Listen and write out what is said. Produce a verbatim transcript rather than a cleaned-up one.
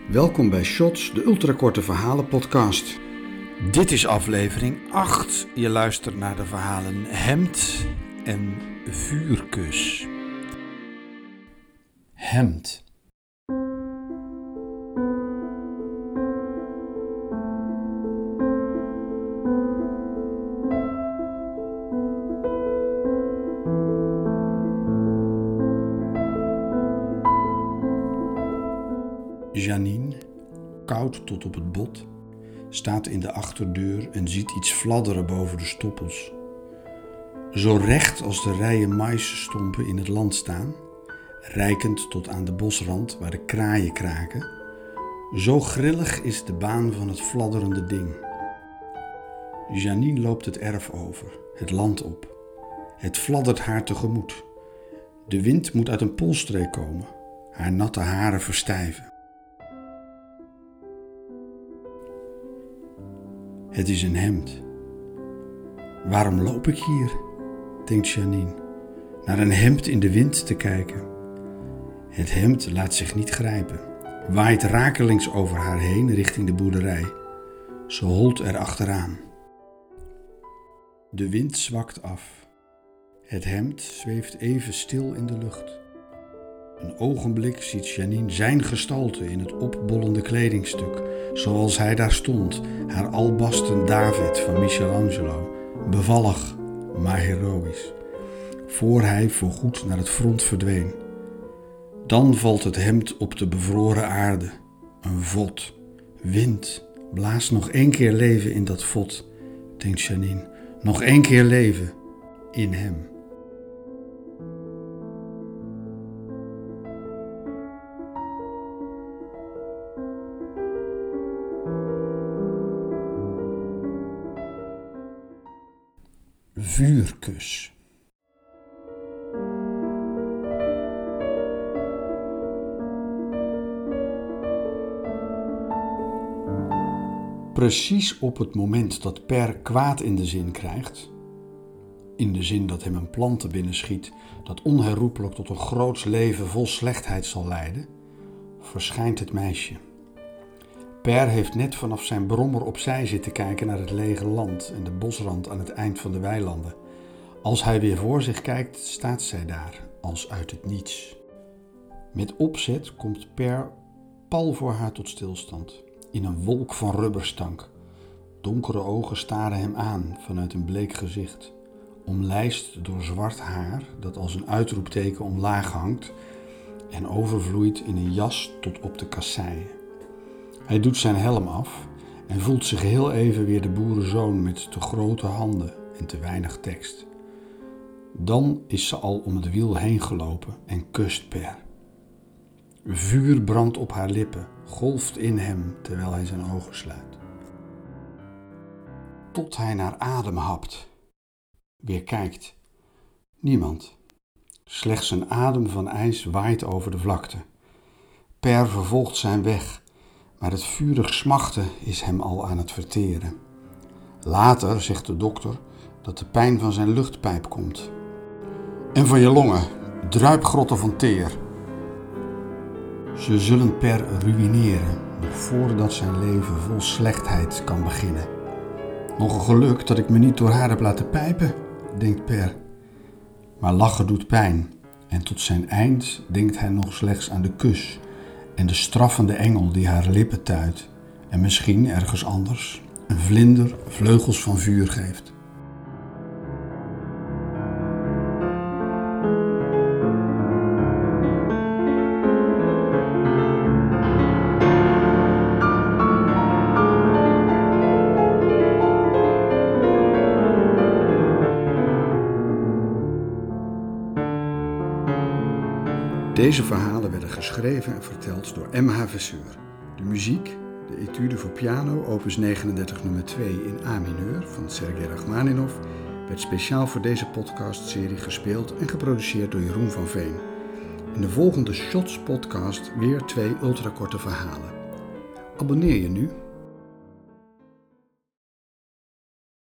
Welkom bij Shots, de ultrakorte verhalen podcast. Dit is aflevering acht. Je luistert naar de verhalen Hemd en Vuurkus. Hemd. Janine, koud tot op het bot, staat in de achterdeur en ziet iets fladderen boven de stoppels. Zo recht als de rijen maïsstompen in het land staan, reikend tot aan de bosrand waar de kraaien kraken, zo grillig is de baan van het fladderende ding. Janine loopt het erf over, het land op. Het fladdert haar tegemoet. De wind moet uit een polstreek komen, haar natte haren verstijven. Het is een hemd. Waarom loop ik hier, denkt Janine, naar een hemd in de wind te kijken. Het hemd laat zich niet grijpen, waait rakelings over haar heen richting de boerderij. Ze holt er achteraan. De wind zwakt af. Het hemd zweeft even stil in de lucht. Een ogenblik ziet Janine zijn gestalte in het opbollende kledingstuk, zoals hij daar stond, haar albasten David van Michelangelo, bevallig, maar heroïs, voor hij voorgoed naar het front verdween. Dan valt het hemd op de bevroren aarde, een vod, wind, blaast nog één keer leven in dat vod, denkt Janine, nog één keer leven in hem. Vuurkus. Precies op het moment dat Per kwaad in de zin krijgt, in de zin dat hem een plan te binnen schiet dat onherroepelijk tot een groots leven vol slechtheid zal leiden, verschijnt het meisje. Per heeft net vanaf zijn brommer opzij zitten kijken naar het lege land en de bosrand aan het eind van de weilanden. Als hij weer voor zich kijkt, staat zij daar, als uit het niets. Met opzet komt Per pal voor haar tot stilstand, in een wolk van rubberstank. Donkere ogen staren hem aan vanuit een bleek gezicht, omlijst door zwart haar dat als een uitroepteken omlaag hangt en overvloeit in een jas tot op de kasseien. Hij doet zijn helm af en voelt zich heel even weer de boerenzoon met te grote handen en te weinig tekst. Dan is ze al om het wiel heen gelopen en kust Per. Vuur brandt op haar lippen, golft in hem terwijl hij zijn ogen sluit. Tot hij naar adem hapt. Weer kijkt. Niemand. Slechts een adem van ijs waait over de vlakte. Per vervolgt zijn weg. Maar het vurig smachten is hem al aan het verteren. Later zegt de dokter dat de pijn van zijn luchtpijp komt. En van je longen, druipgrotten van teer. Ze zullen Per ruïneren, nog voordat zijn leven vol slechtheid kan beginnen. Nog een geluk dat ik me niet door haar heb laten pijpen, denkt Per. Maar lachen doet pijn en tot zijn eind denkt hij nog slechts aan de kus en de straffende engel die haar lippen tuit en misschien ergens anders een vlinder vleugels van vuur geeft. Deze verhalen werden geschreven en verteld door M H Vesseur. De muziek, de etude voor piano, opus negenendertig nummer twee in A mineur van Sergei Rachmaninov, werd speciaal voor deze podcastserie gespeeld en geproduceerd door Jeroen van Veen. In de volgende Shots podcast weer twee ultrakorte verhalen. Abonneer je nu